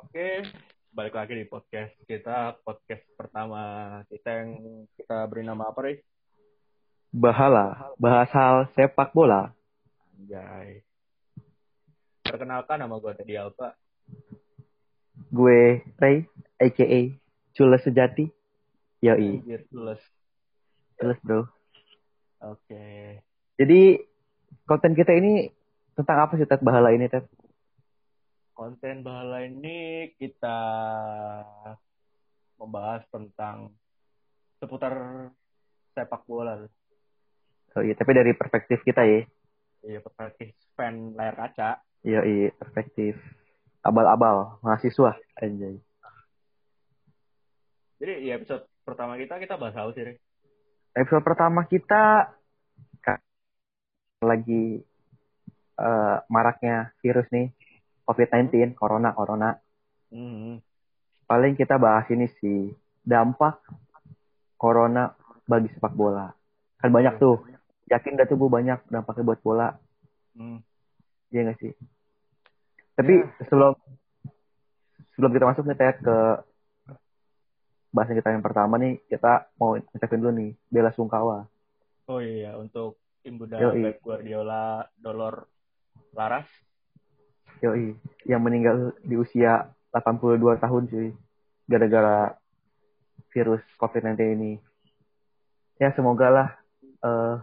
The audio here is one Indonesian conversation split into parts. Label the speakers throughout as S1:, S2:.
S1: Oke, balik lagi di podcast pertama kita yang kita beri nama apa, Ri?
S2: Bahala, bahas hal sepak bola.
S1: Anjay. Perkenalkan, nama gue tadi Alfa.
S2: Gue Ray, a.k.a. Cula Sejati. Yoi,
S1: Anjir, lulus.
S2: Culas bro.
S1: Oke.
S2: Jadi konten kita ini tentang apa sih Ted Bahala ini Ted?
S1: Konten bahala ini kita membahas tentang seputar sepak bola.
S2: Oh iya, tapi dari perspektif kita ya.
S1: Iya, perspektif fan layar kaca.
S2: Yoi, perspektif abal-abal, mahasiswa. Anjay.
S1: Jadi di episode pertama kita bahas apa sih, Ri?
S2: Episode pertama kita lagi maraknya virus nih, COVID-19, corona.
S1: Hmm.
S2: Paling kita bahas ini sih, dampak corona bagi sepak bola. Kan banyak tuh. Yakin dah tuh Bu banyak dampaknya buat bola.
S1: Hmm.
S2: Iya nggak sih? Tapi
S1: Ya.
S2: sebelum kita masuk nih Ted, ke bahasan kita yang pertama nih, kita mau ngucapin dulu nih bela sungkawa.
S1: Oh iya, untuk Ibunda
S2: Yoi,
S1: Pep Guardiola Dolor Laras.
S2: yoi. Yang meninggal di usia 82 tahun cuy. Gara-gara virus COVID-19 ini. Ya semoga lah eh,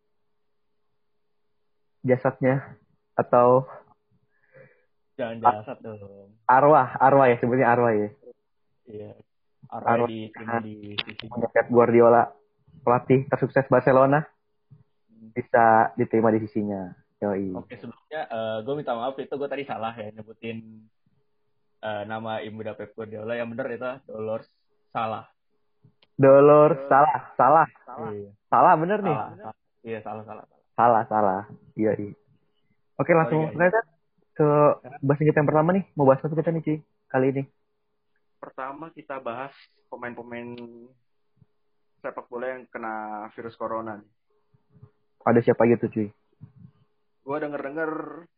S2: jasadnya atau
S1: Jangan jasad dong.
S2: arwah ya sebetulnya arwah ya.
S1: Iya. Arwahnya diterima
S2: Arwahnya
S1: di sisinya.
S2: Pep Guardiola, pelatih tersukses Barcelona, bisa diterima di sisinya. Yoi.
S1: Oke, sebelumnya gue minta maaf itu gue tadi salah ya nyebutin nama Ibunda Pep Guardiola. Yang benar itu Dolor salah.
S2: Dolor, salah.
S1: Iya.
S2: Salah bener nih.
S1: Salah. Iya, salah.
S2: Salah. Iya. Oke,
S1: Sorry
S2: langsung
S1: guys.
S2: kita ke bahasan kita yang pertama nih. Mau bahas apa kita nih, Ci? Kali ini.
S1: Pertama kita bahas pemain-pemain sepak bola yang kena virus corona nih.
S2: Ada siapa gitu, cuy?
S1: Gue denger-denger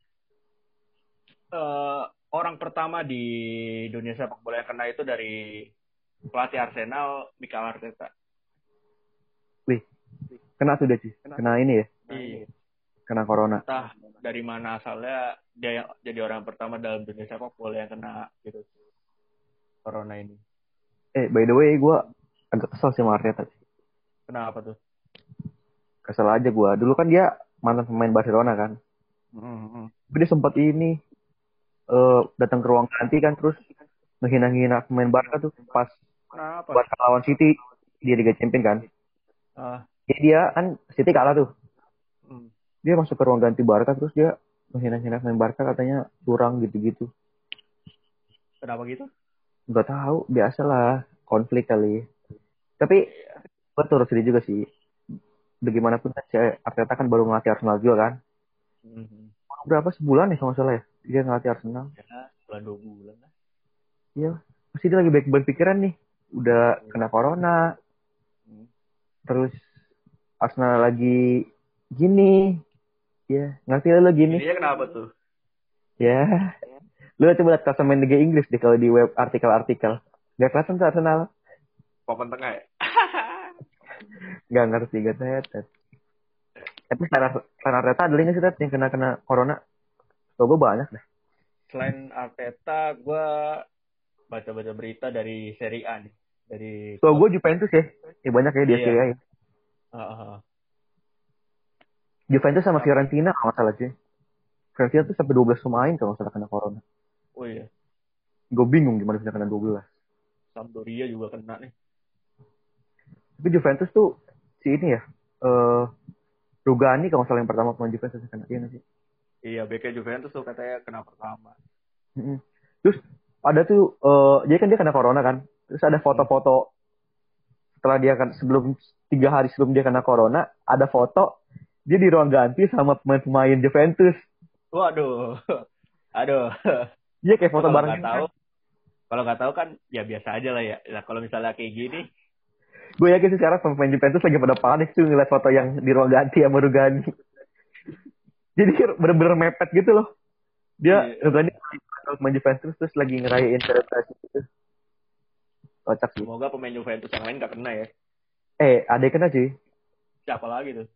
S1: orang pertama di dunia sepak bola yang kena itu dari pelatih Arsenal, Mikel Arteta.
S2: Wih, kena tuh dia, Ci. Kena ini ya?
S1: Iya.
S2: Kena corona.
S1: Entah dari mana asalnya dia jadi orang pertama dalam dunia sepak bola yang kena virus corona ini.
S2: By the way, gue agak kesel sih sama Arteta.
S1: Kenapa tuh?
S2: Kesel aja gue. Dulu kan dia mantan pemain Barcelona kan. Tapi dia sempat ini datang ke ruang ganti kan, terus menghina-hina pemain Barca tuh pas
S1: Kenapa?
S2: Barca lawan City, dia Liga Champions kan.
S1: Ah,
S2: Jadi dia kan City kalah tuh.
S1: hmm.
S2: Dia masuk ke ruang ganti Barca, terus dia menghina-hina pemain Barca, katanya curang gitu-gitu.
S1: Kenapa gitu?
S2: Nggak tahu, biasalah konflik kali. Tapi gue turut sedih juga sih. Bagaimanapun kan si Arteta kan baru ngelatih Arsenal juga kan. Berapa sebulan ya kalau nggak salah ya dia ngelatih Arsenal.
S1: Ya, bulan 2 bulan lah.
S2: Iya, pasti dia lagi baik berpikiran nih. Udah kena corona, terus Arsenal lagi gini. Ya, ngerti lo gini.
S1: Ininya kenapa tuh?
S2: Ya, lu coba lihat klasemen Liga Inggris deh kalau di web artikel-artikel. Gak kelihatan tuh Arsenal.
S1: Papan tengah ya?
S2: Gak ngerti, gak tahu. Tapi karena Arteta ada nggak sih Ted, yang kena corona? So gue banyak deh.
S1: Selain Arteta, gue baca-baca berita dari Serie A nih. Dari
S2: So gue Juventus ya. Ya banyak ya dia
S1: Iya.
S2: ya. Juventus sama Fiorentina kalau nggak salah sih. Fiorentina tuh sampai 12 pemain kalau nggak salah kena corona.
S1: Oh iya.
S2: Gue bingung gimana bisa kena 12.
S1: Sampdoria juga kena nih.
S2: Tapi Juventus tuh si ini ya. Rugani kalau nggak salah yang pertama pemain Juventus yang kena. Iya nggak sih?
S1: Iya, BK Juventus tuh katanya kena pertama.
S2: Terus ada tuh, jadi kan dia kena corona kan. Terus ada foto-foto setelah dia kan, 3 hari sebelum dia kena corona, ada foto dia di ruang ganti sama pemain-pemain Juventus.
S1: Waduh. Aduh.
S2: Dia kayak foto
S1: Kalau
S2: bareng.
S1: nggak tahu, kalau nggak tahu kan ya biasa aja lah ya. Nah, kalau misalnya kayak gini,
S2: Gue yakin sih sekarang pemain Juventus lagi pada panik tuh ngeliat foto yang di ruang ganti sama Rugani. Jadi bener-bener mepet gitu loh. Dia Rugani pemain Juventus terus lagi ngerayain selebrasi gitu. Kocak sih.
S1: Semoga pemain Juventus yang lain gak kena ya.
S2: Ada yang kena cuy.
S1: Siapa lagi tuh?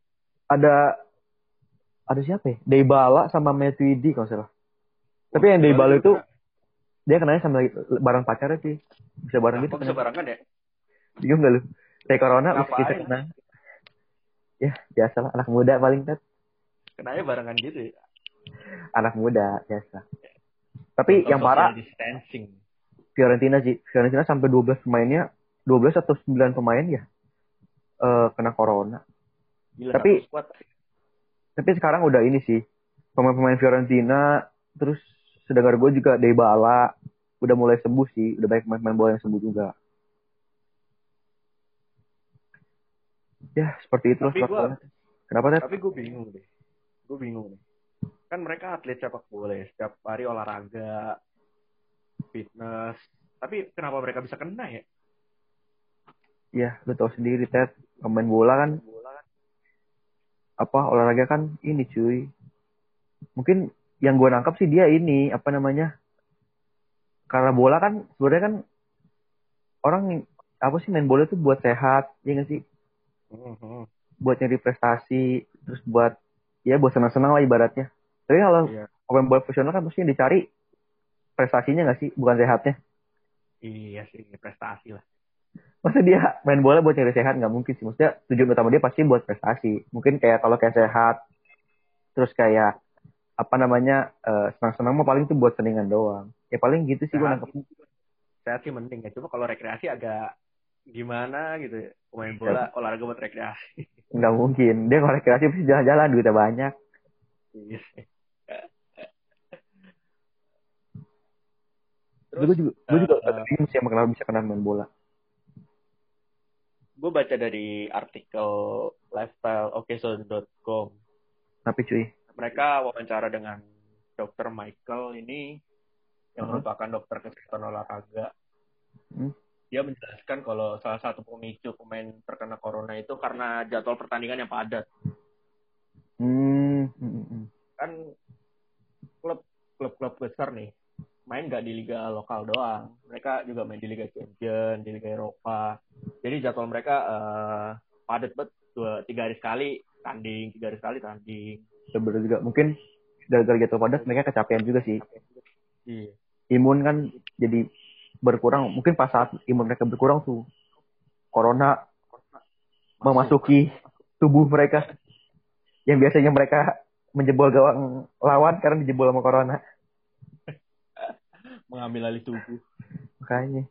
S2: Ada siapa ya? Dybala sama Matuidi kalau salah. Tapi yang
S1: Dybala
S2: Dybala itu
S1: kena.
S2: dia kenanya sama bareng pacarnya sih. Bisa bareng gitu.
S1: Kok bisa barengan ya?
S2: Bingung gak lu? Kayak corona kita
S1: Ngapain?
S2: kena. Ya biasalah anak muda paling kan.
S1: Kenanya barengan gitu ya.
S2: Anak muda biasa. Tapi
S1: Untuk
S2: yang parah
S1: distancing.
S2: Fiorentina sih. Fiorentina sampai 12 pemainnya 12 atau 9 pemain ya kena corona.
S1: Gila,
S2: Tapi sekarang udah ini sih. Pemain-pemain Fiorentina terus sedengar gue juga Dybala udah mulai sembuh sih. Udah banyak pemain bola yang sembuh juga. Ya, seperti itu. Kenapa, Ted?
S1: Tapi gue bingung deh. Kan mereka atlet sepak bola ya. Setiap hari olahraga, fitness. Tapi kenapa mereka bisa kena ya?
S2: Ya, lu tahu sendiri, Ted. Pemain bola kan olahraga kan ini cuy. Mungkin yang gue nangkap sih dia ini karena bola kan sebenarnya kan orang main bola tuh buat sehat, ya nggak sih? Buat nyari prestasi, terus buat senang-senang lah ibaratnya. Tapi kalau pemain bola profesional kan mesti dicari prestasinya nggak sih, bukan sehatnya.
S1: Iya sih, prestasi lah.
S2: Masa dia main bola buat nyari sehat? Nggak mungkin sih. Maksudnya tujuan utama dia pasti buat prestasi. Mungkin kalau kayak sehat, terus kayak senang-senang mah paling tuh buat seningan doang. Ya paling gitu sih gue nangkepnya.
S1: Sehat sih mending ya. Cuma kalau rekreasi agak gimana gitu ya. Pemain bola olahraga buat rekreasi.
S2: Nggak mungkin. Dia kalau rekreasi pasti jalan-jalan, duitnya banyak.
S1: Iya.
S2: Terus gue juga bingung sih kenapa bisa kena main bola.
S1: Gue baca dari artikel lifestyleokson.com.
S2: Tapi cuy,
S1: mereka wawancara dengan Dr. Michael ini yang merupakan dokter kesehatan olahraga. Dia menjelaskan kalau salah satu pemicu pemain terkena corona itu karena jadwal pertandingan yang padat. Kan klub-klub besar nih main nggak di liga lokal doang, mereka juga main di Liga Champions, di Liga Eropa. Jadi jadwal mereka padat banget, 3 hari sekali tanding.
S2: Sebenarnya juga mungkin gara-gara jadwal padat mereka kecapean juga sih.
S1: Iya.
S2: Imun kan jadi berkurang. Mungkin pas saat imun mereka berkurang tuh corona memasuki tubuh mereka. Yang biasanya mereka menjebol gawang lawan karena dijebol sama corona.
S1: Mengambil alih tubuh.
S2: Makanya.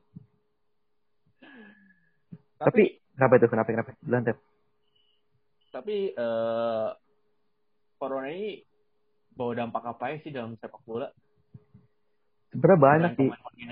S2: Tapi kenapa? Lantai.
S1: Tapi corona ini bawa dampak apa sih dalam sepak bola?
S2: Sebenarnya banyak sih.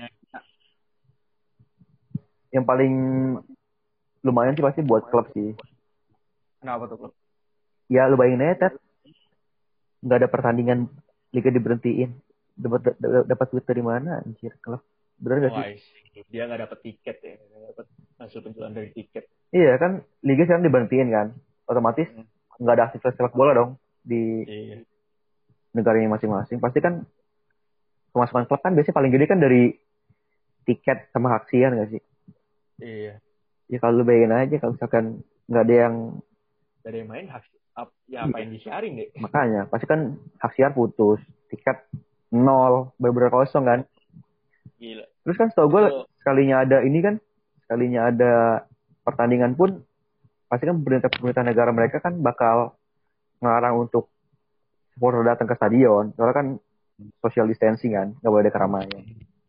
S2: Yang paling lumayan sih pasti buat klub sih.
S1: Kenapa tuh klub?
S2: Ya lu bayangin aja, Ted. Nggak ada pertandingan liga diberhentiin. Dapat duit dari mana anjir klub? Bener nggak sih?
S1: Dia nggak dapat tiket ya, nggak dapat hasil penjualan dari tiket.
S2: Iya kan, liga sekarang diberhentiin kan, otomatis nggak ada aktivitas sepak bola dong di negaranya masing-masing. Pasti kan pemasukan klub kan biasanya paling gede kan dari tiket sama hak siar nggak sih?
S1: Iya.
S2: Ya kalau lu bayangin aja kalau misalkan nggak ada yang
S1: main apa yang disiarin deh?
S2: Makanya pasti kan hak siar putus, tiket 0, bener-bener kosong kan.
S1: Gila.
S2: Terus kan setahu gue sekalinya ada pertandingan pun pasti kan pemerintah negara mereka kan bakal ngelarang untuk supporter datang ke stadion. Soalnya kan social distancing kan, nggak boleh ada keramaian.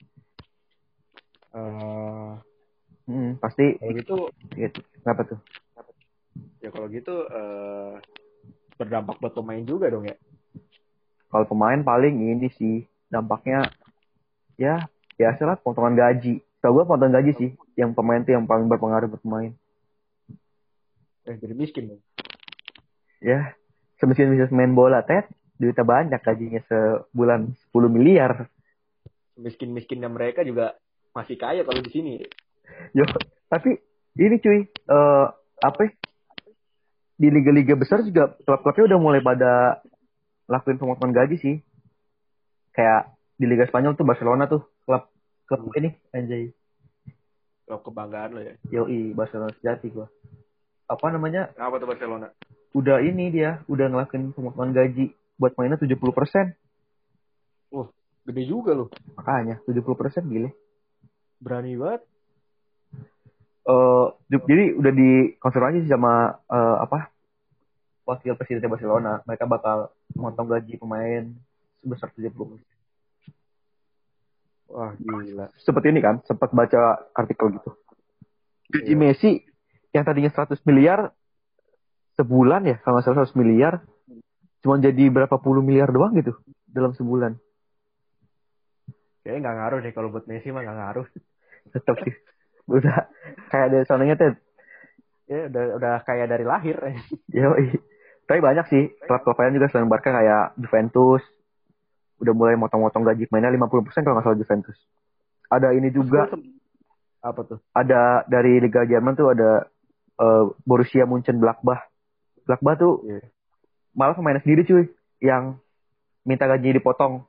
S2: Pasti.
S1: Kalau gitu,
S2: kenapa tuh?
S1: Ya kalau gitu berdampak buat pemain juga dong ya.
S2: Kalau pemain paling ini sih dampaknya ya biasalah potongan gaji. Tahu gue potongan gaji sih yang pemain tuh yang paling berpengaruh buat pemain.
S1: Jadi miskin dong.
S2: Ya, semiskin main bola, Ted. Duitnya banyak, gajinya sebulan 10 miliar.
S1: Miskin-miskinnya mereka juga masih kaya kalau di sini.
S2: Yo, tapi ini cuy, di liga-liga besar juga klub-klubnya udah mulai pada lakuin pemotongan gaji sih. Kayak di Liga Spanyol tuh Barcelona tuh klub ini anjay.
S1: Klub kebanggaan lo ya.
S2: Yoi, Barcelona sejati gua. Apa namanya?
S1: Apa tuh Barcelona?
S2: Udah ngelakuin pemotongan gaji buat mainnya 70%.
S1: Wah, gede juga loh.
S2: Makanya 70% gile.
S1: Berani banget.
S2: Jadi udah dikonfirmasi sama wakil presiden Barcelona, mereka bakal memotong gaji pemain sebesar 70%.
S1: Wah, gila.
S2: Seperti ini kan, sempat baca artikel gitu. Gaji Messi yang tadinya 100 miliar sebulan ya, kalau nggak salah 100 miliar, cuma jadi berapa puluh miliar doang gitu dalam sebulan.
S1: Kayaknya nggak ngaruh deh, kalau buat Messi mah nggak ngaruh.
S2: Tetap sih, udah kayak dari sananya tuh.
S1: Ya udah kayak dari lahir.
S2: Yoi. Tapi banyak sih klub-klub lain juga selain Barca kayak Juventus udah mulai motong-motong gaji mainnya 50% kalau nggak salah Juventus. Ada ini juga.
S1: Apa tuh?
S2: Ada dari Liga Jerman tuh ada Borussia Mönchengladbach. Gladbach tuh malah pemain sendiri cuy yang minta gaji dipotong.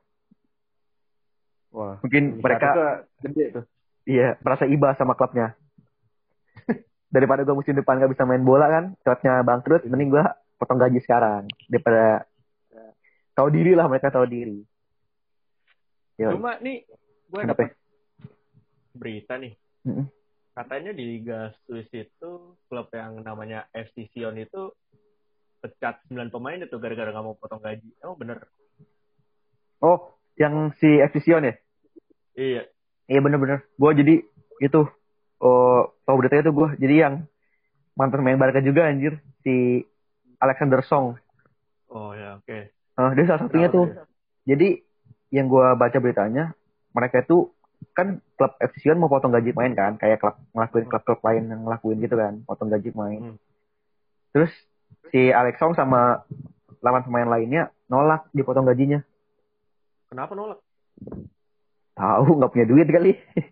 S1: Wah,
S2: mungkin mereka
S1: gede tuh.
S2: Iya, merasa iba sama klubnya. Daripada gue musim depan gak bisa main bola kan, klubnya bangkrut, mending gue potong gaji sekarang daripada tahu diri lah, mereka tahu diri.
S1: Cuma nih gue dapat berita nih. Katanya di Liga Swiss itu klub yang namanya FC Sion itu pecat 9 pemain itu gara-gara gak mau potong gaji. Emang bener?
S2: Oh, yang si FC Sion ya?
S1: Iya.
S2: Iya bener-bener. Gue jadi itu tahu beritanya tuh gue. Jadi yang mantan main Barca juga anjir, si Alexander Song.
S1: Oh ya, oke.
S2: Dia salah satunya tuh. Jadi yang gue baca beritanya, mereka itu kan klub FC Sion mau potong gaji main kan, kayak ngelakuin klub-klub lain yang ngelakuin gitu kan, potong gaji main. Terus si Alex Song sama 8 pemain lainnya nolak dipotong gajinya.
S1: Kenapa nolak?
S2: Tahu nggak punya duit kali.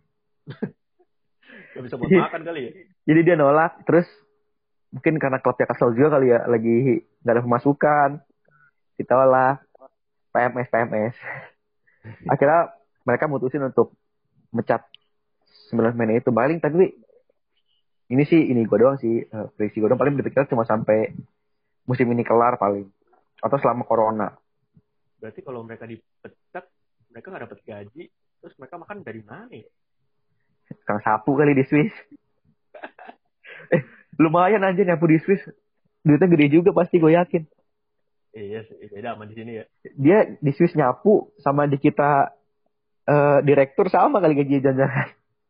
S1: Gak bisa buat makan kali ya.
S2: Jadi dia nolak, terus mungkin karena klubnya kesel juga kali ya, lagi nggak ada pemasukan, ditolak, PMS. Akhirnya mereka mutusin untuk mecat 9 pemain itu. Paling tapi ini gue doang sih, prediksi gue doang, paling berpikir cuma sampai musim ini kelar paling, atau selama corona.
S1: Berarti kalau mereka dipecat, mereka nggak dapat gaji, terus mereka makan dari mana ya?
S2: Kang sapu kali di Swiss. Lumayan aja nyapu di Swiss. Duitnya gede juga pasti, gue yakin.
S1: Iya sih, beda sama di sini ya.
S2: Dia di Swiss nyapu sama di kita direktur sama kali gaji jangan-jangan.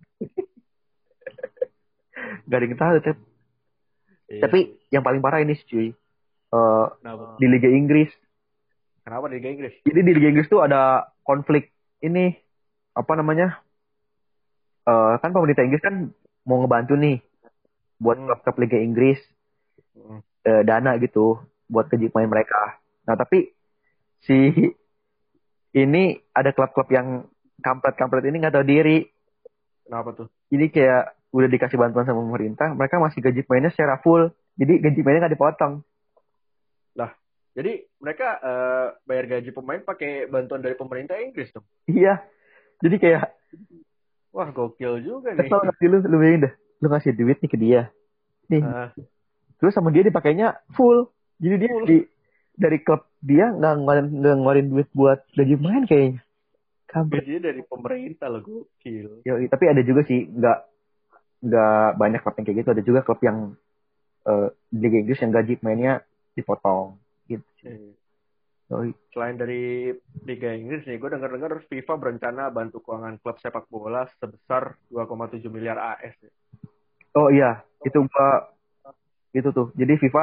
S2: Gak ada yang tahu, Ted. Iya. Tapi yang paling parah ini sih, cuy. Di Liga Inggris.
S1: Kenapa di Liga Inggris?
S2: Jadi di Liga Inggris tuh ada konflik ini, apa namanya? Kan pemerintah Inggris kan mau ngebantu nih buat klub-klub Liga Inggris dana gitu buat gaji pemain mereka. Nah tapi si ini ada klub-klub yang kampret ini nggak tahu diri.
S1: Kenapa tuh?
S2: Jadi kayak udah dikasih bantuan sama pemerintah, mereka masih gaji pemainnya secara full. Jadi gaji pemainnya nggak dipotong.
S1: Lah, jadi mereka bayar gaji pemain pakai bantuan dari pemerintah Inggris tuh?
S2: Iya. Jadi kayak
S1: wah, gokil juga nih.
S2: Kesel ngasih lu bayangin dah. Lu ngasih duit nih ke dia. Nih. Terus sama dia dipakainya full. Jadi dia dari klub dia nggak ngeluarin duit buat gaji pemain kayaknya.
S1: Gajinya dari pemerintah loh, gokil.
S2: Yo, tapi ada juga sih, nggak banyak klub yang kayak gitu. Ada juga klub yang di Liga Inggris yang gaji pemainnya dipotong. Gitu.
S1: Selain dari Liga Inggris nih, gue dengar FIFA berencana bantu keuangan klub sepak bola sebesar 2,7 miliar AS.
S2: Oh iya, itu tuh. Jadi FIFA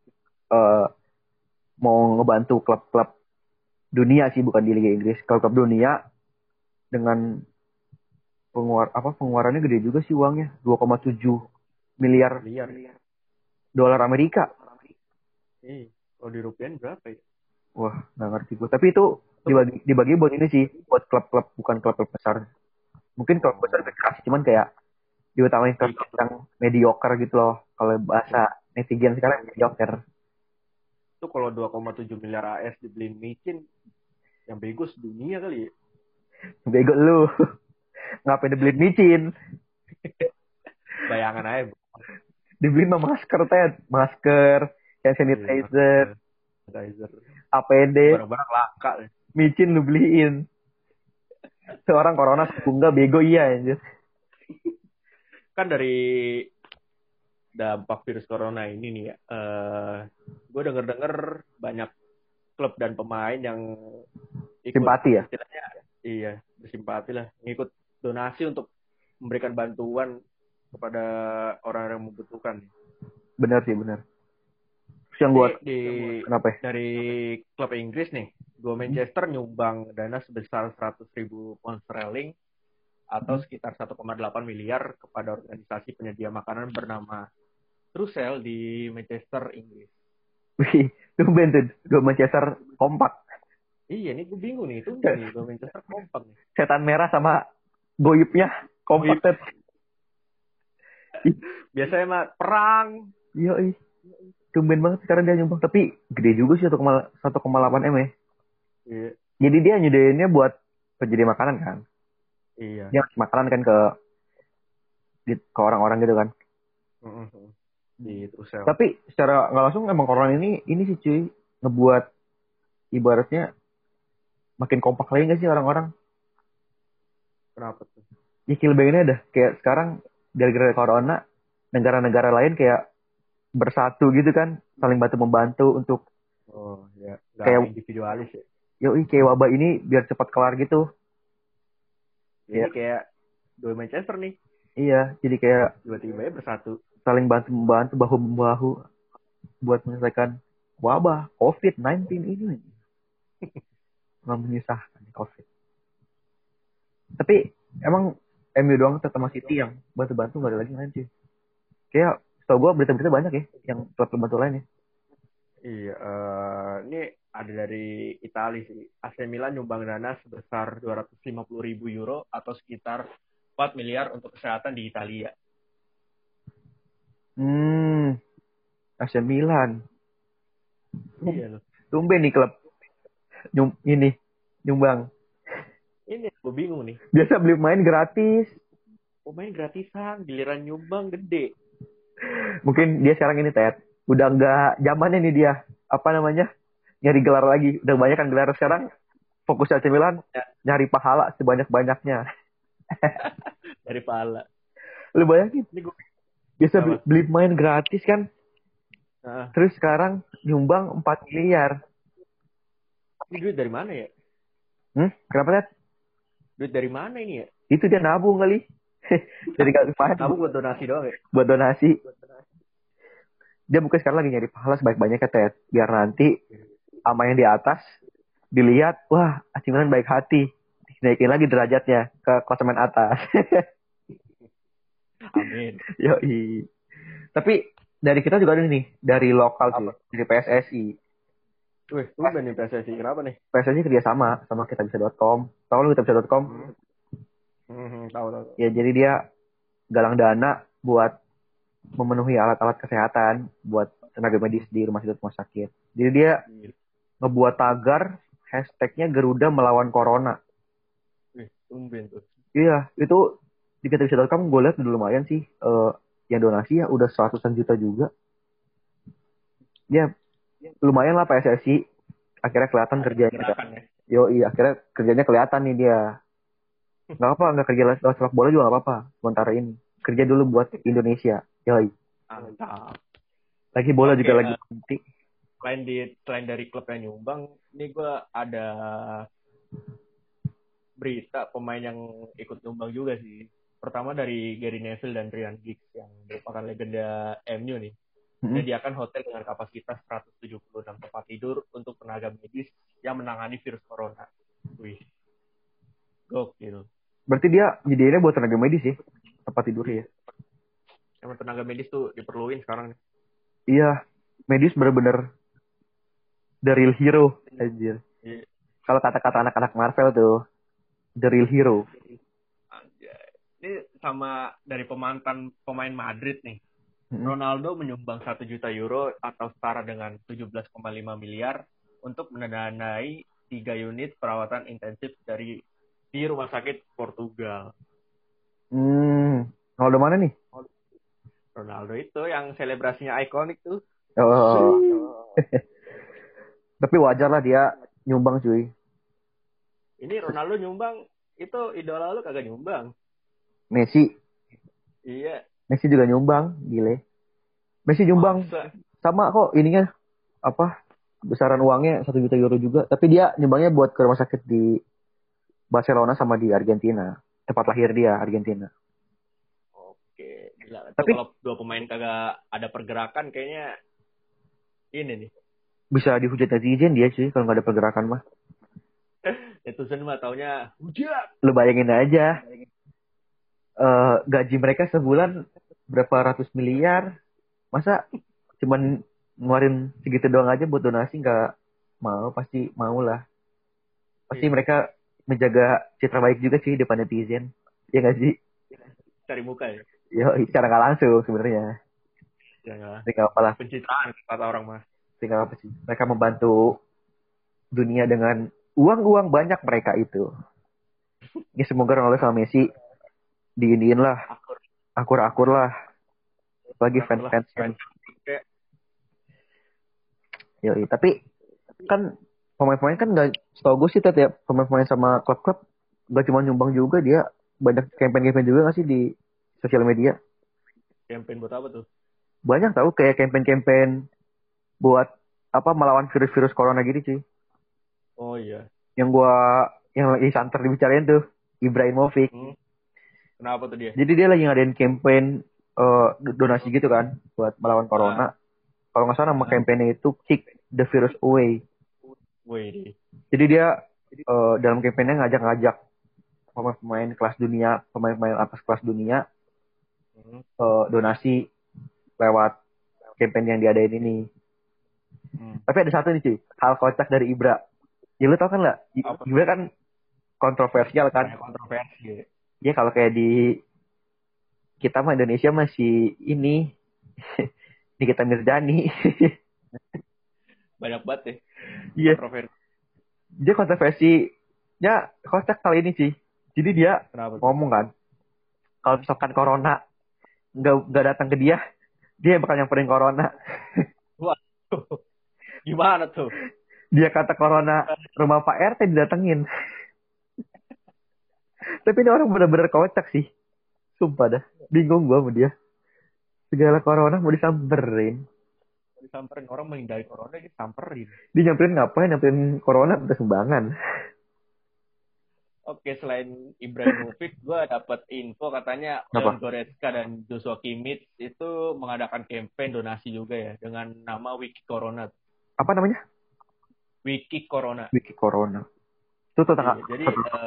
S2: mau ngebantu klub-klub dunia sih, bukan di Liga Inggris. Klub-klub dunia dengan pengeluarannya gede juga sih uangnya, 2,7 miliar dolar Amerika.
S1: Kalau di rupiah berapa ya?
S2: Wah, nggak ngerti gue. Tapi itu dibagi buat ini sih, buat klub-klub, bukan klub-klub besar. Mungkin klub besar lebih keras, cuman kayak diutamain klub yang mediocre gitu loh. Kalau bahasa netizen sekarang mediocre.
S1: Itu kalau 2,7 miliar AS dibeliin micin, yang bego dunia kali ya?
S2: Bego lu. Ngapain dibeliin micin?
S1: Bayangan aja.
S2: Dibeliin mah masker, Ted. Masker, hand sanitizer, APD,
S1: barang-barang langka.
S2: micin lu beliin. Seorang corona sembuh enggak, bego iya anjir.
S1: Kan dari dampak virus corona ini nih ya, gue denger banyak klub dan pemain yang ikut
S2: Simpati ya?
S1: istilahnya, iya, bersimpati lah, ngikut donasi untuk memberikan bantuan kepada orang yang membutuhkan.
S2: Bener sih, bener. Terus yang kenapa ya?
S1: Dari klub Inggris nih, Manchester nyumbang dana sebesar 100.000 pound sterling atau sekitar 1,8 miliar kepada organisasi penyedia makanan bernama Trussell di Manchester, Inggris.
S2: Wih, tumben tuh, Manchester kompak.
S1: Iya, nih gue bingung nih, tumben nih, Manchester kompak nih.
S2: Setan merah sama goibnya kompak.
S1: Biasanya mah perang.
S2: Iya, tumben banget sekarang dia nyumbang. Tapi gede juga sih 1,8 M ya.
S1: Iya.
S2: Jadi dia nyediainnya buat penyedia makanan kan.
S1: Iya.
S2: Dia makanan kan ke orang-orang gitu kan.
S1: Di Trussell.
S2: Tapi secara nggak langsung emang corona ini sih cuy ngebuat ibaratnya makin kompak lagi nggak sih orang-orang?
S1: Kenapa tuh?
S2: Ya kelebihannya dah kayak sekarang gara-gara corona negara-negara lain kayak bersatu gitu kan, saling bantu membantu untuk
S1: kayak individualis ya.
S2: Yoi, kayak wabah ini biar cepat kelar gitu.
S1: Jadi kayak dua Manchester nih.
S2: Iya, jadi kayak
S1: tiba-tiba bersatu,
S2: saling bantu bahu-membahu buat menyelesaikan wabah COVID-19 ini. Nggak menyusahkan COVID. Tapi emang MU doang tetap City yang bantu-bantu, nggak ada lagi lain sih. Kayak setahu gue berita-berita banyak ya yang klub bantu lain ya.
S1: Iya, ini ada dari Italia sih. AC Milan nyumbang dana sebesar 250.000 euro atau sekitar 4 miliar untuk kesehatan di Italia.
S2: AC Milan.
S1: Iya loh.
S2: Tumben nih klub nyumbang.
S1: Ini gue bingung nih.
S2: Biasa beli pemain gratis.
S1: Pemain gratisan, giliran nyumbang gede.
S2: Mungkin dia sekarang ini Ted. Udah nggak zamannya nih dia. Apa namanya? Nyari gelar lagi. Udah banyak kan gelar sekarang. Fokus AC Milan nyari pahala sebanyak-banyaknya.
S1: Dari pahala.
S2: Lu bayangin. Biasa beli pemain gratis kan. Terus sekarang nyumbang 4 miliar.
S1: Ini duit dari mana ya?
S2: Kenapa Ted?
S1: Duit dari mana ini ya?
S2: Itu dia nabung kali. Jadi gak main.
S1: Nabung buat donasi doang ya?
S2: Buat donasi. Dia mungkin sekarang lagi nyari pahala sebaik-banyaknya Ted. Biar nanti sama yang di atas dilihat, wah AC Milan baik hati. Naikin lagi derajatnya ke klasemen atas.
S1: Amin.
S2: Yoi. Tapi dari kita juga ada nih, dari lokal sih, dari PSSI.
S1: Wih, udah nih PSSI. Kenapa nih?
S2: PSSI kerjasama sama kitabisa.com. Tahu lu kitabisa.com?
S1: Tahu.
S2: Ya, jadi dia galang dana buat memenuhi alat-alat kesehatan buat tenaga medis di rumah sakit. Jadi dia ngebuat tagar hashtagnya Garuda melawan Corona.
S1: Tumben tuh.
S2: Iya, itu di kitabisa.com gue lihat udah lumayan sih. Yang donasi ya udah 100-an juta juga. Ya, lumayan lah PSSI. Akhirnya kelihatan kerjanya. Akhirnya kerjanya kelihatan nih dia. Gak apa-apa, gak kerja lewat sepak bola juga gak apa-apa. Sementara ini. Kerja dulu buat Indonesia. Yoi.
S1: Mantap.
S2: Lagi bola juga lagi penting.
S1: Selain dari klub yang nyumbang, ini gue ada berita pemain yang ikut nyumbang juga sih. Pertama dari Gary Neville dan Ryan Giggs yang merupakan legenda MU nih. Menyediakan hotel dengan kapasitas 176 tempat tidur untuk tenaga medis yang menangani virus corona. Wih, gokil.
S2: Berarti dia nyediainnya buat tenaga medis ya? Tempat tidur ya?
S1: Emang tenaga medis tuh diperluin sekarang nih.
S2: Iya, medis bener-bener the real hero. Anjir. Yeah. Kalau kata-kata anak-anak Marvel tuh, the real hero.
S1: Ini sama dari pemain Madrid nih. Ronaldo menyumbang 1 juta euro atau setara dengan 17,5 miliar untuk mendanai 3 unit perawatan intensif dari di rumah sakit Portugal.
S2: Ronaldo mana nih?
S1: Ronaldo itu yang selebrasinya ikonik tuh.
S2: Oh. Tapi wajar lah dia nyumbang cuy.
S1: Ini Ronaldo nyumbang, itu idola lu kagak nyumbang.
S2: Messi.
S1: Iya.
S2: Messi juga nyumbang, gile. Messi nyumbang.
S1: Masa?
S2: Sama kok ininya apa? Besaran uangnya 1 juta euro juga. Tapi dia nyumbangnya buat ke rumah sakit di Barcelona sama di Argentina. Tempat lahir dia, Argentina.
S1: Oke, gila. Itu
S2: Tapi
S1: kalau dua pemain kagak ada pergerakan kayaknya ini nih.
S2: bisa dihujat netizen dia cuy kalau nggak ada pergerakan mah.
S1: Netizen mah taunya hujat.
S2: Lu bayangin aja. Gaji mereka sebulan berapa ratus miliar. Masa cuman ngeluarin segitu doang aja buat donasi, nggak mau? Pasti mau lah. Pasti mereka menjaga citra baik juga sih depan netizen. Ya nggak sih?
S1: Cari muka ya?
S2: Yo, secara nggak langsung sebenarnya.
S1: Ya,
S2: Tinggal apalah.
S1: pencitraan kata orang mah.
S2: Tinggal apa sih? Mereka membantu dunia dengan uang banyak mereka itu. Ya semoga Ronaldo sama Messi diiniin lah. Akur-akur lah. Bagi fans-fans. Yoi, tapi kan pemain-pemain kan nggak, setahu gue sih ya, pemain-pemain sama klub-klub nggak cuma nyumbang juga, dia banyak campaign-campaign juga nggak sih di sosial media?
S1: Campaign buat apa tuh?
S2: Banyak tahu, kayak campaign-campaign buat apa, melawan virus-virus corona gitu cuy.
S1: Oh iya.
S2: Yang lagi santer dibicarain tuh Ibrahimovic.
S1: Kenapa tuh dia?
S2: Jadi dia lagi ngadain campaign donasi gitu kan buat melawan corona. Kalau nggak salah nama campaignnya itu Kick the Virus Away. Jadi dia dalam campaignnya ngajak-ngajak pemain kelas dunia, pemain atas kelas dunia donasi lewat campaign yang diadain ini. Tapi ada satu nih cuy, hal kocak dari Ibra. Ya lu tau kan lah, Ibra kan kontroversial kan.
S1: Kontroversi.
S2: Ya kalau kayak di kita mah Indonesia masih ini Nikita Mirzani.
S1: Banyak banget ya.
S2: Iya. Dia kontroversinya kocak kali ini sih. Jadi dia ngomong kan, kalau misalkan corona nggak datang ke dia bakal nyamperin corona.
S1: Wah, gimana tuh?
S2: Dia kata corona rumah Pak RT didatengin. Tapi ini orang benar-benar kocak sih. Sumpah dah. Bingung gua sama dia. Segala corona mau disamperin.
S1: Orang menghindari corona, disamperin.
S2: Dia nyamperin ngapain? Nyamperin corona udah sumbangan.
S1: Oke, selain Ibrahimovic, gue dapat info katanya Leon Goretzka dan Joshua Kimmich itu mengadakan campaign donasi juga ya dengan nama Wiki Corona.
S2: Apa namanya?
S1: Wiki Corona.
S2: Wiki Corona. Itu tentang
S1: jadi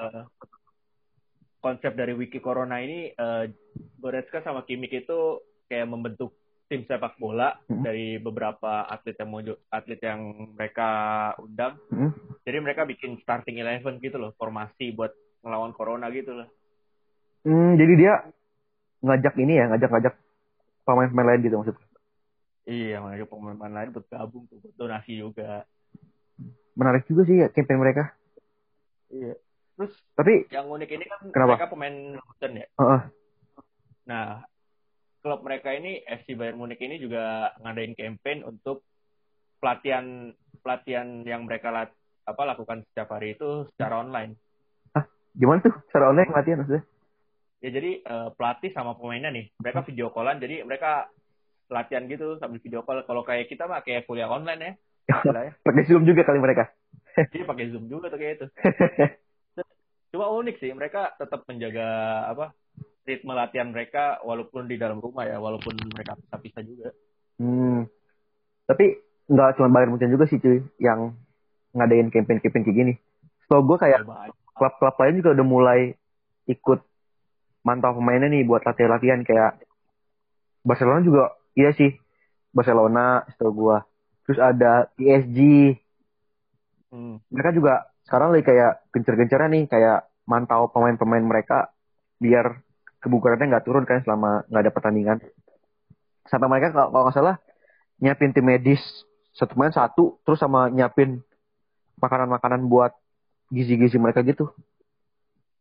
S1: konsep dari Wiki Corona ini, Goretzka sama Kimmich itu kayak membentuk tim sepak bola dari beberapa atlet yang mereka undang. Jadi mereka bikin starting 11 gitu loh, formasi buat melawan corona gitu loh.
S2: Jadi dia ngajak pemain-pemain lain gitu maksudnya?
S1: Iya, ngajak pemain lain buat gabung tuh, buat donasi juga.
S2: Menarik juga sih ya campaign mereka.
S1: Iya. Terus
S2: tapi
S1: yang unik ini kan
S2: kenapa?
S1: Mereka pemain London ya. Nah, klub mereka ini FC Bayern Munich ini juga ngadain campaign untuk pelatihan yang mereka lakukan setiap hari itu secara online.
S2: Gimana tuh secara online latihan maksudnya?
S1: Ya jadi pelatih sama pemainnya nih, mereka video callan, jadi mereka latihan gitu sambil video call. Kalau kayak kita mah kayak kuliah online ya.
S2: Pakai Zoom juga kali mereka.
S1: Iya, pakai Zoom juga tuh kayak itu. Cuma unik sih, mereka tetap menjaga ritme latihan mereka walaupun di dalam rumah ya, walaupun mereka pisah-pisah juga.
S2: Tapi nggak cuma Bayern Munchen juga sih cuy yang ngadain campaign kayak gini. So gue kayak klub-klub lain juga udah mulai ikut mantau pemainnya nih buat latihan-latihan. Kayak Barcelona juga, iya sih, Barcelona setahu gue. Terus ada PSG. Mereka juga sekarang lagi kayak gencar-gencarnya nih, kayak mantau pemain-pemain mereka biar kebugarannya nggak turun kan selama nggak ada pertandingan. Sampai mereka kalau nggak salah nyiapin tim medis satu pemain satu, terus sama nyiapin makanan-makanan buat gizi-gizi mereka gitu.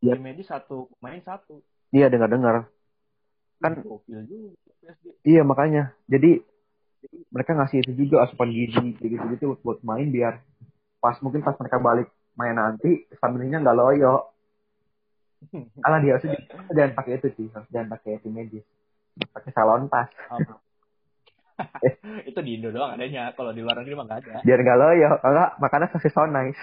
S1: Tim medis satu, pemain satu.
S2: Iya, dengar-dengar. Kan
S1: gokil juga PSG.
S2: Iya, makanya. Jadi mereka ngasih itu juga asupan gizi gitu-gitu buat main biar mungkin pas mereka balik main nanti stamina-nya nggak loyo. Alah dia harus jangan pakai itu sih, jangan pakai tim medis. Pakai salon tas.
S1: Itu di Indo doang adanya, kalau di luar negeri mah nggak ada.
S2: Biar nggak loyo, enggak makanya kasih so nice.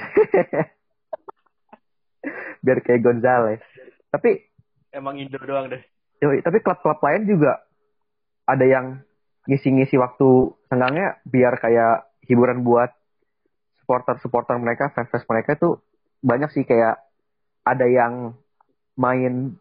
S2: Biar kayak Gonzales. Tapi
S1: emang Indo doang deh.
S2: Tapi klub-klub lain juga ada yang ngisi-ngisi waktu senggangnya biar kayak hiburan buat supporter mereka, fans mereka tuh banyak sih, kayak ada yang main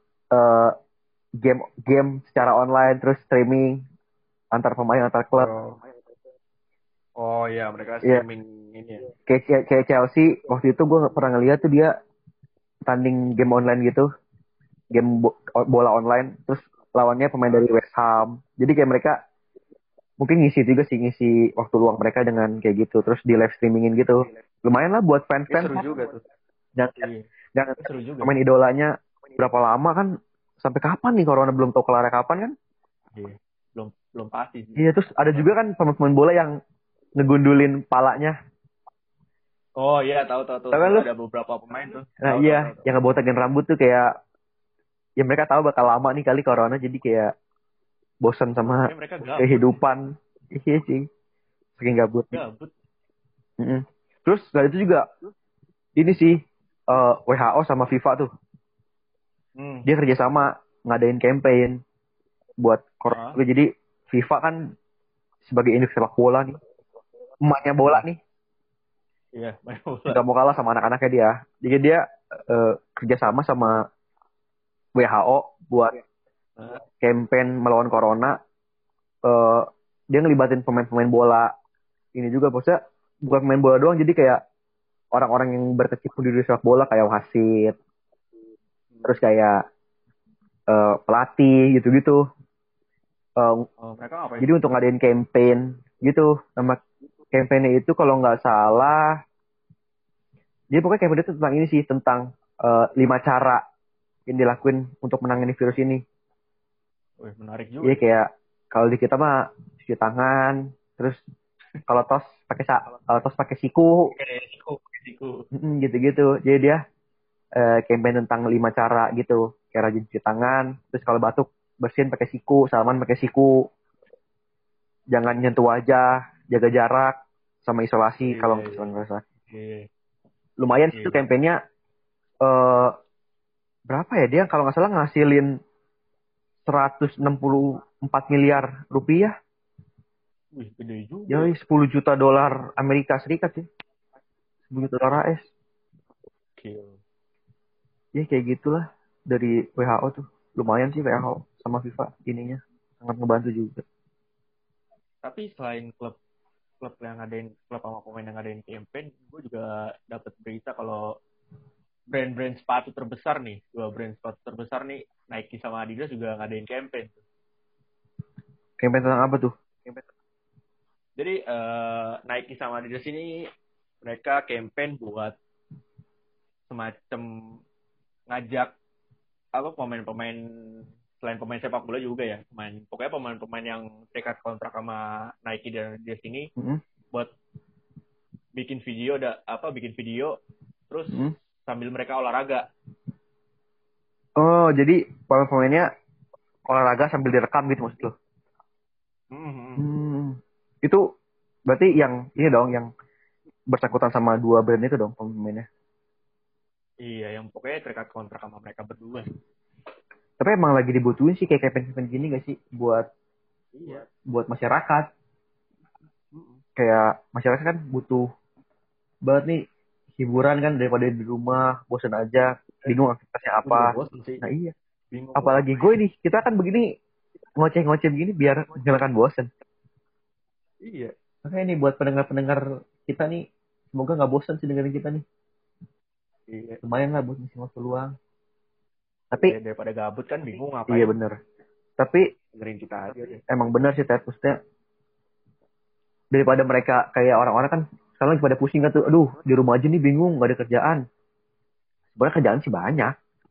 S2: game secara online terus streaming antar pemain antar klub.
S1: Oh iya, mereka streaming ini ya.
S2: Kayak Chelsea waktu itu gue pernah ngeliat tuh dia tanding game online gitu, game bola online, terus lawannya pemain dari West Ham. Jadi kayak mereka mungkin ngisi waktu luang mereka dengan kayak gitu, terus di live streamingin gitu. Lumayan lah buat fans-fans.
S1: Seru juga tuh.
S2: Jangan seru juga. Pemain idolanya berapa lama kan, sampai kapan nih corona belum tahu kelar kapan kan?
S1: Iya. Belum pasti sih.
S2: Iya, terus ada juga kan pemain bola yang ngegundulin palanya.
S1: Oh iya, tahu. Ada beberapa pemain tuh.
S2: Nah, tahu. Yang ngebotakin rambut tuh kayak ya mereka tahu bakal lama nih kali corona, jadi kayak bosan sama kehidupan. Iya sih. Saking gabut. Terus itu juga ini sih WHO sama FIFA tuh. Dia kerjasama ngadain campaign buat corona. Jadi FIFA kan sebagai induk sepak bola nih, emaknya bola nih.
S1: Iya,
S2: nggak mau kalah sama anak-anaknya dia. Jadi dia kerjasama sama WHO buat campaign melawan corona. Dia ngelibatin pemain-pemain bola ini juga, maksudnya bukan pemain bola doang, jadi kayak orang-orang yang berkecimpung di sepak bola kayak wasit, terus kayak pelatih gitu-gitu.
S1: Mereka ngapain?
S2: Jadi untuk ngadain campaign gitu, sama campaignnya itu kalau nggak salah, jadi pokoknya campaign itu tentang ini sih, tentang 5 cara yang dilakuin untuk menangani virus ini.
S1: Wih, menarik juga.
S2: Iya, kayak kalau di kita mah cuci tangan, terus kalau tos pakai siku. Gitu-gitu. Jadi dia campaign tentang 5 cara gitu, kayak rajin cuci tangan, terus kalau batuk bersihin pakai siku, salaman pakai siku, jangan nyentuh wajah, jaga jarak, sama isolasi kalau ngerasa. Lumayan sih itu campaignnya. Berapa ya dia kalau nggak salah ngasilin 164 miliar rupiah.
S1: Wih, gede juga.
S2: Jadi 10 juta dolar Amerika Serikat sih. 10 juta dolar AS. Ya kayak gitulah dari WHO tuh. Lumayan sih WHO sama FIFA ininya. Sangat ngebantu juga.
S1: Tapi selain klub yang ngadain, klub sama pemain yang ngadain campaign, gue juga dapat berita kalau brand-brand sepatu terbesar nih, 2 brand sepatu terbesar nih, Nike sama Adidas juga ngadain campaign.
S2: Campaign tentang apa tuh?
S1: Jadi Nike sama Adidas ini mereka campaign buat semacam ngajak pemain-pemain selain pemain sepak bola juga ya, pokoknya pemain-pemain yang terikat kontrak sama Nike dan Adidas ini buat bikin video terus sambil mereka olahraga.
S2: Oh, jadi pemain-pemainnya olahraga sambil direkam gitu maksud lo? Itu berarti yang ini dong, yang bersangkutan sama 2 brand itu dong pemainnya?
S1: Iya, yang pokoknya terikat kontrak sama mereka berdua.
S2: Tapi emang lagi dibutuhin sih kayak campaign gini gak sih buat masyarakat. Kayak masyarakat kan butuh banget nih hiburan kan, daripada di rumah bosan aja, bingung aktivitasnya apa. Nah iya, bingung. Apalagi gue nih, kita kan begini ngoceh-ngoceh begini biar menghilangkan bosan.
S1: Iya.
S2: Makanya nih buat pendengar-pendengar kita nih, semoga nggak bosan sih dengerin kita nih. Iya. Lumayan lah buat ngisi waktu luang. Tapi
S1: daripada gabut kan bingung ngapain.
S2: Iya bener. Tapi
S1: dengerin kita aja deh.
S2: Emang bener sih maksudnya daripada mereka kayak orang-orang kan sekarang lagi pada pusing kan tuh, aduh di rumah aja nih bingung, nggak ada kerjaan. Sebenarnya kerjaan sih banyak.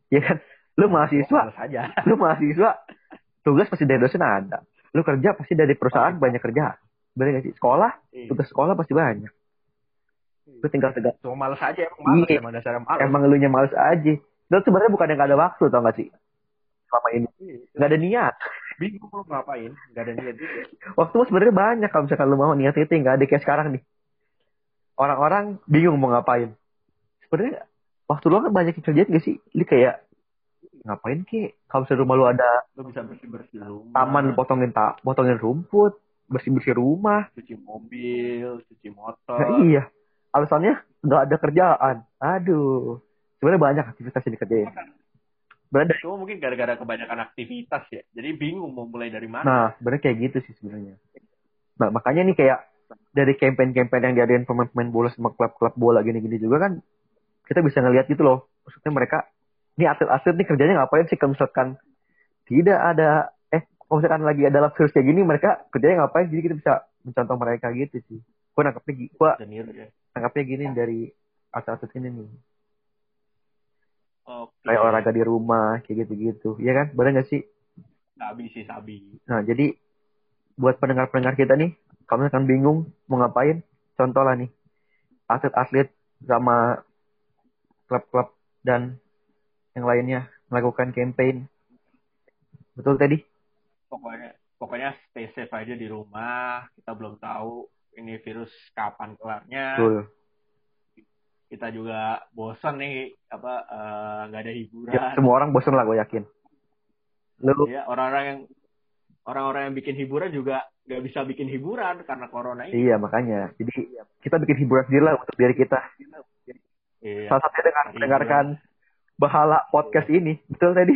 S2: Ya kan? Lu mahasiswa,
S1: saja.
S2: lu mahasiswa, tugas pasti dari dosen ada. Lu kerja pasti dari perusahaan
S1: Pasti.
S2: banyak kerja. Bener gak sih? Sekolah, tugas sekolah pasti banyak. Lu tinggal tegak.
S1: Cuma males aja, emang males,
S2: Iya.
S1: emang dasarnya males.
S2: Emang elunya males aja. Dan sebenarnya bukan yang gak ada waktu, tau gak sih? Selama ini. Gak ada niat.
S1: Bingung lu ngapain, gak ada niat juga.
S2: Waktu lu sebenarnya banyak kalau misalkan lu mau niat itu, gak ada kayak sekarang nih. Orang-orang bingung mau ngapain. Sebenarnya waktu lu kan banyak yang kerjaan gak sih? Lu kayak ngapain ki? Kalau misalnya rumah lu ada
S1: Lu bisa bersih-bersih rumah.
S2: taman, lu potongin rumput, bersih-bersih rumah.
S1: Cuci mobil, cuci motor.
S2: Nah, iya. Alasannya nggak ada kerjaan. Aduh. Sebenarnya banyak aktivitas yang dikerjain. Berada.
S1: Cuma mungkin gara-gara kebanyakan aktivitas ya. Jadi bingung mau mulai dari mana.
S2: Nah, sebenarnya kayak gitu sih sebenarnya. Nah, makanya nih kayak dari campaign-campaign yang diadain pemain-pemain bola sama klub-klub bola gini-gini juga kan kita bisa ngelihat gitu loh. Maksudnya mereka, nih atlet-atlet nih kerjanya ngapain sih kalau misalkan tidak ada, kalau misalkan lagi ada live virus kayak gini, mereka kerjanya ngapain? Jadi kita bisa mencontoh mereka gitu sih. Gue nangkapnya gini dari atlet-atlet ini nih.
S1: Oke.
S2: Kayak olahraga di rumah, kayak gitu-gitu. Iya kan? Bener gak sih?
S1: Sabi.
S2: Nah, jadi buat pendengar-pendengar kita nih, kalau misalkan bingung mau ngapain, contoh lah nih, atlet-atlet sama klub-klub dan yang lainnya melakukan campaign. Betul tadi?
S1: Pokoknya stay safe aja di rumah. Kita belum tahu ini virus kapan kelarnya.
S2: Betul.
S1: Kita juga bosan nih nggak ada hiburan.
S2: Ya, semua orang bosan lah, gue yakin.
S1: Ya, orang-orang yang bikin hiburan juga nggak bisa bikin hiburan karena corona ini.
S2: Iya, makanya. Jadi kita bikin hiburan sendiri lah untuk diri kita. Iya. Salah satunya dengan mendengarkan Bahala podcast ini. Betul tadi?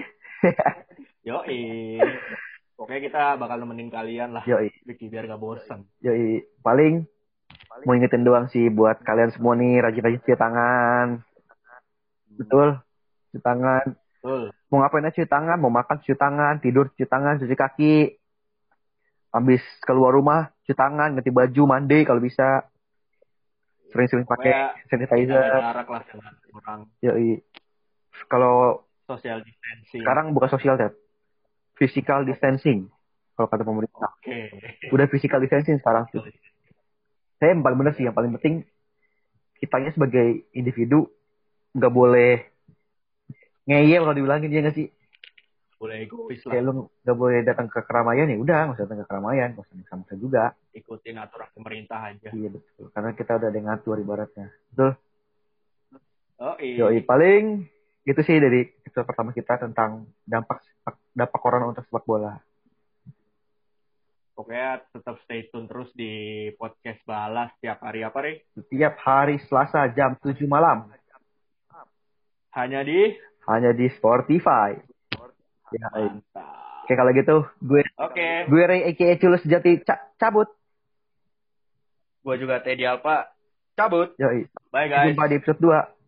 S1: Yoi. Pokoknya kita bakal nemenin kalian lah.
S2: Yoi.
S1: Biar gak bosan.
S2: Yoi. Paling mau ingetin doang sih buat kalian semua nih, rajin-rajin cuci tangan. Betul. Cuci tangan.
S1: Betul.
S2: Mau ngapain aja cuci tangan, mau makan cuci tangan, tidur cuci tangan, cuci kaki. Habis keluar rumah cuci tangan, ganti baju, mandi kalau bisa. Sering-sering pakai sanitizer.
S1: Jarak lah dengan orang.
S2: Yoi. Kalau
S1: social distancing.
S2: Sekarang bukan social, Ted. Physical distancing. Kalau kata pemerintah.
S1: Oke.
S2: Udah physical distancing sekarang tuh. Saya yang paling benar sih, yang paling penting kitanya sebagai individu nggak boleh ngeyel kalau dibilangin, ya nggak sih?
S1: Boleh egois lah.
S2: Kayak lu nggak boleh datang ke keramaian, ya udah nggak usah datang ke keramaian, nggak usah maksa juga.
S1: Ikutin aturan pemerintah aja.
S2: Iya betul, karena kita udah ada ngatur ibaratnya. Betul.
S1: Oh iya.
S2: Yoi, paling itu sih dari episode pertama kita tentang dampak corona untuk sepak bola.
S1: Pokoknya tetap stay tune terus di podcast Balas setiap hari apa, Re?
S2: Setiap hari Selasa jam 7 malam.
S1: Hanya di
S2: Spotify. Ya,
S1: mantap.
S2: Oke, kalau gitu gue Ray aka Culus Sejati cabut.
S1: Gue juga Teddy Alpa cabut.
S2: Yoi.
S1: Bye guys.
S2: Jumpa di episode 2.